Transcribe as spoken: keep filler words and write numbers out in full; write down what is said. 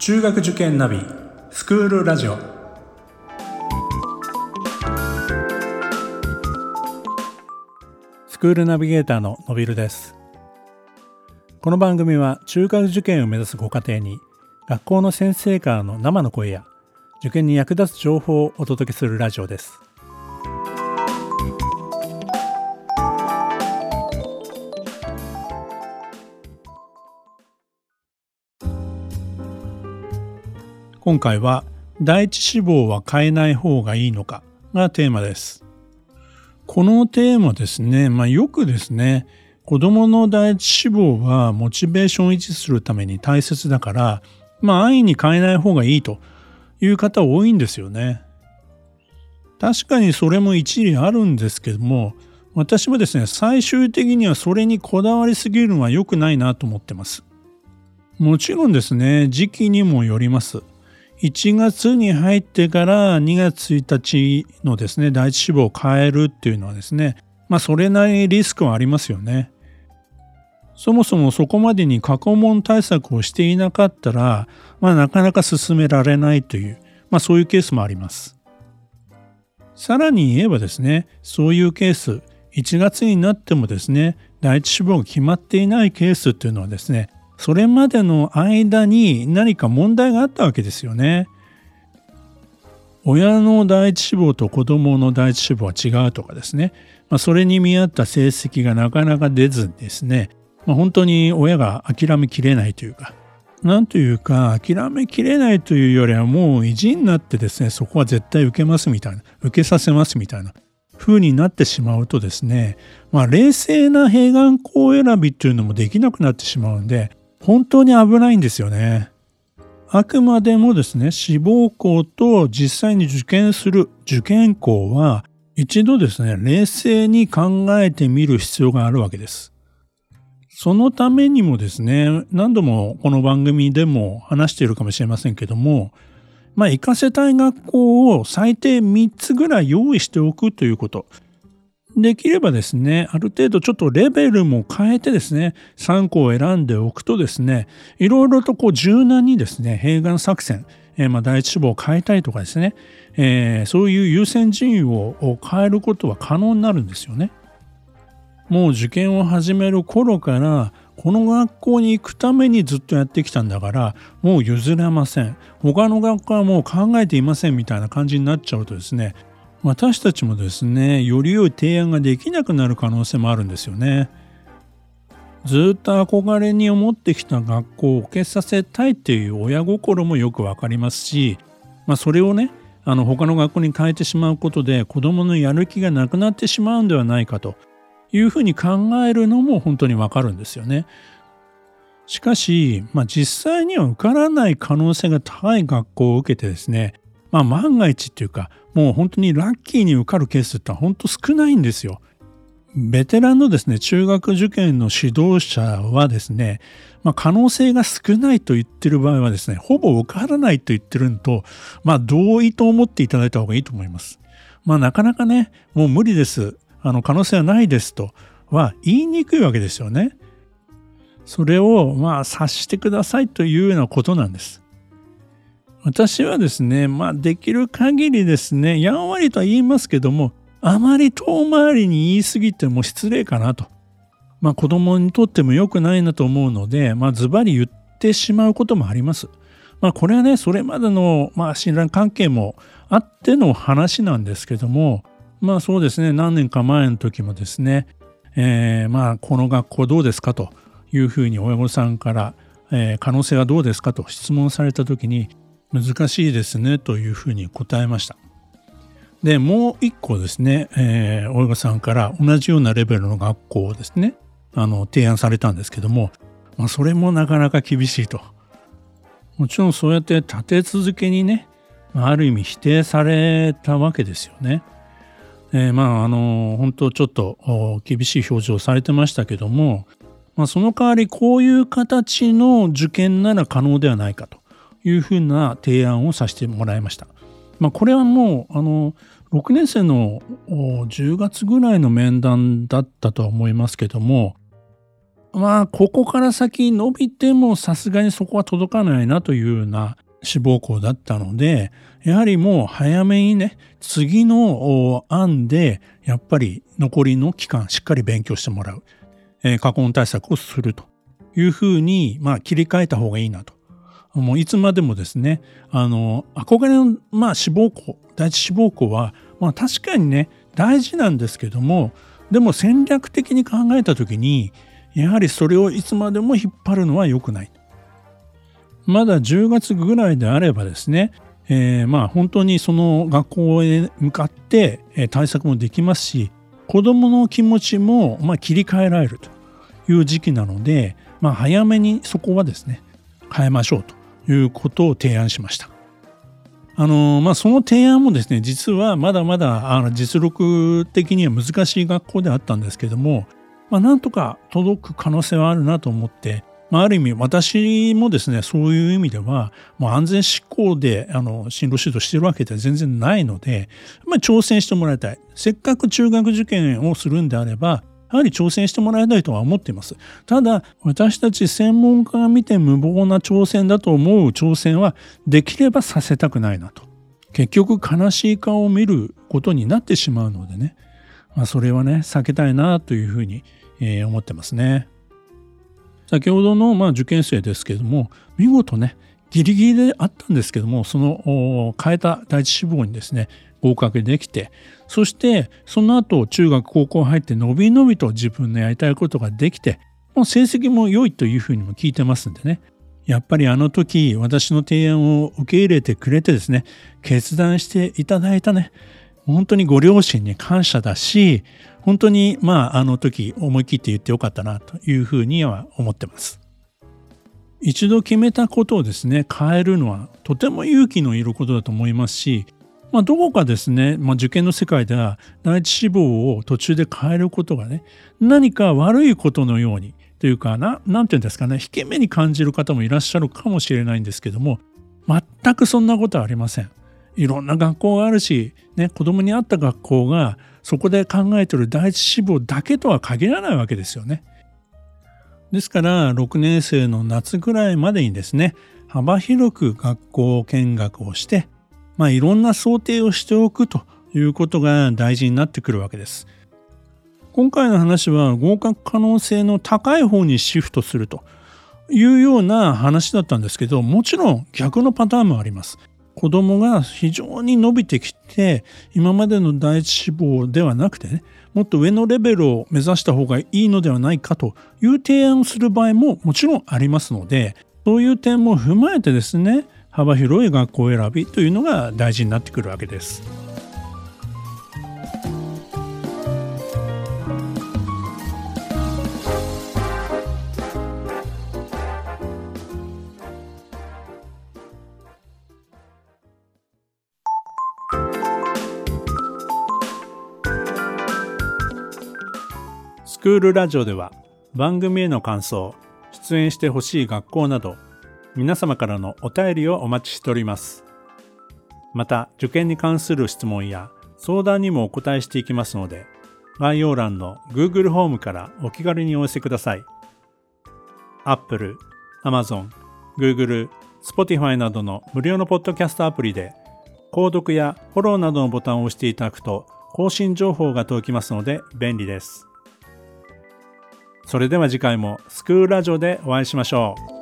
中学受験ナビスクールラジオ。スクールナビゲーターののびるです。この番組は中学受験を目指すご家庭に学校の先生からの生の声や受験に役立つ情報をお届けするラジオです。今回は第一志望は変えない方がいいのかがテーマです。このテーマですね、まあ、よくですね、子どもの第一志望はモチベーションを維持するために大切だから、まあ安易に変えない方がいいという方多いんですよね。確かにそれも一理あるんですけども、私もですね、最終的にはそれにこだわりすぎるのは良くないなと思ってます。もちろんですね、時期にもよります。いちがつに入ってからにがつついたちのですね、第一志望を変えるっていうのはですね、まあそれなりにリスクはありますよね。そもそもそこまでに過去問対策をしていなかったら、まあなかなか進められないという、まあそういうケースもあります。さらに言えばですね、そういうケース、いちがつになってもですね、第一志望が決まっていないケースっていうのはですね、それまでの間に何か問題があったわけですよね。親の第一志望と子どもの第一志望は違うとかですね、まあ、それに見合った成績がなかなか出ずにですね、まあ、本当に親が諦めきれないというか、なんというか諦めきれないというよりはもう意地になってですね、そこは絶対受けますみたいな、受けさせますみたいな風になってしまうとですね、まあ冷静な併願校選びっていうのもできなくなってしまうんで、本当に危ないんですよね。あくまでもですね、志望校と実際に受験する受験校は一度ですね、冷静に考えてみる必要があるわけです。そのためにもですね、何度もこの番組でも話しているかもしれませんけども、まあ行かせたい学校を最低みっつぐらい用意しておくということ。できればですね、ある程度ちょっとレベルも変えてですね、さんこを選んでおくとですね、いろいろとこう柔軟にですね、併願作戦、えー、まあ第一志望を変えたりとかですね、えー、そういう優先順位を変えることは可能になるんですよね。もう受験を始める頃から、この学校に行くためにずっとやってきたんだから、もう譲れません。他の学校はもう考えていませんみたいな感じになっちゃうとですね、私たちもですね、より良い提案ができなくなる可能性もあるんですよね。ずっと憧れに思ってきた学校を受けさせたいっていう親心もよくわかりますし、まあ、それをね、あの他の学校に変えてしまうことで子どものやる気がなくなってしまうんではないかというふうに考えるのも本当にわかるんですよね。しかし、まあ、実際には受からない可能性が高い学校を受けてですね、まあ、万が一っていうか、もう本当にラッキーに受かるケースって本当少ないんですよ。ベテランのですね、中学受験の指導者はですね、まあ、可能性が少ないと言ってる場合はですね、ほぼ受からないと言ってるのと、まあ、同意と思っていただいた方がいいと思います。まあ、なかなかね、もう無理です。あの、可能性はないですとは言いにくいわけですよね。それを、まあ、察してくださいというようなことなんです。私はですね、まあできる限りですね、やんわりとは言いますけども、あまり遠回りに言い過ぎても失礼かなと。まあ子供にとっても良くないなと思うので、まあズバリ言ってしまうこともあります。まあこれはね、それまでのまあ信頼関係もあっての話なんですけども、まあそうですね、何年か前の時もですね、えー、まあこの学校どうですかというふうに親御さんから、えー、可能性はどうですかと質問された時に、難しいですねというふうに答えました。で、もう一個ですね、えー、親御さんから同じようなレベルの学校をですね、あの提案されたんですけども、まあ、それもなかなか厳しいと。もちろんそうやって立て続けにね、ある意味否定されたわけですよね。えー、まああの本当ちょっと厳しい表情をされてましたけども、まあ、その代わりこういう形の受験なら可能ではないかというふうな提案をさせてもらいました。まあ、これはもうあのろくねん生のじゅうがつぐらいの面談だったとは思いますけども、 まあここから先伸びてもさすがにそこは届かないなというような志望校だったので、やはりもう早めにね、次の案でやっぱり残りの期間しっかり勉強してもらう、えー、過去対策をするというふうに、まあ、切り替えた方がいいなと。もういつまでもですね、あの憧れの、まあ、志望校、第一志望校は、まあ、確かにね大事なんですけども、でも戦略的に考えた時にやはりそれをいつまでも引っ張るのは良くない。まだじゅうがつぐらいであればですね、えー、まあ本当にその学校へ向かって対策もできますし、子どもの気持ちもまあ切り替えられるという時期なので、まあ、早めにそこはですね変えましょうということを提案しました。あのまあ、その提案もですね、実はまだまだあの実力的には難しい学校であったんですけども、まあ、なんとか届く可能性はあるなと思って、まあ、ある意味私もですねそういう意味ではもう安全志向であの進路指導しているわけでは全然ないので、まあ、挑戦してもらいたい。せっかく中学受験をするんであればやはり挑戦してもらいたいとは思っています。ただ私たち専門家が見て無謀な挑戦だと思う挑戦はできればさせたくないなと。結局悲しい顔を見ることになってしまうのでね、まあ、それはね避けたいなというふうに、えー、思ってますね。先ほどのまあ受験生ですけれども、見事ねギリギリであったんですけども、その変えた第一志望にですね合格できて、そしてその後中学高校入ってのびのびと自分のやりたいことができて、もう成績も良いというふうにも聞いてますんでね、やっぱりあの時私の提案を受け入れてくれてですね決断していただいたね本当にご両親に感謝だし、本当にまああの時思い切って言ってよかったなというふうには思ってます。一度決めたことをですね変えるのはとても勇気のいることだと思いますし、まあ、どこかですね、まあ、受験の世界では第一志望を途中で変えることがね何か悪いことのようにというかな、なんていうんですかね、引け目に感じる方もいらっしゃるかもしれないんですけども、全くそんなことはありません。いろんな学校があるし、ね、子供に合った学校がそこで考えている第一志望だけとは限らないわけですよね。ですからろくねん生の夏ぐらいまでにですね幅広く学校見学をして、まあ、いろんな想定をしておくということが大事になってくるわけです。今回の話は合格可能性の高い方にシフトするというような話だったんですけど、もちろん逆のパターンもあります。子供が非常に伸びてきて今までの第一志望ではなくてね、もっと上のレベルを目指した方がいいのではないかという提案をする場合ももちろんありますので、そういう点も踏まえてですね幅広い学校選びというのが大事になってくるわけです。スクールラジオでは番組への感想、出演してほしい学校など皆様からのお便りをお待ちしております。また受験に関する質問や相談にもお答えしていきますので、概要欄の Google ホームからお気軽にお寄せください。Apple、Amazon、Google、Spotify などの無料のポッドキャストアプリで購読やフォローなどのボタンを押していただくと更新情報が届きますので便利です。それでは次回もスクールラジオでお会いしましょう。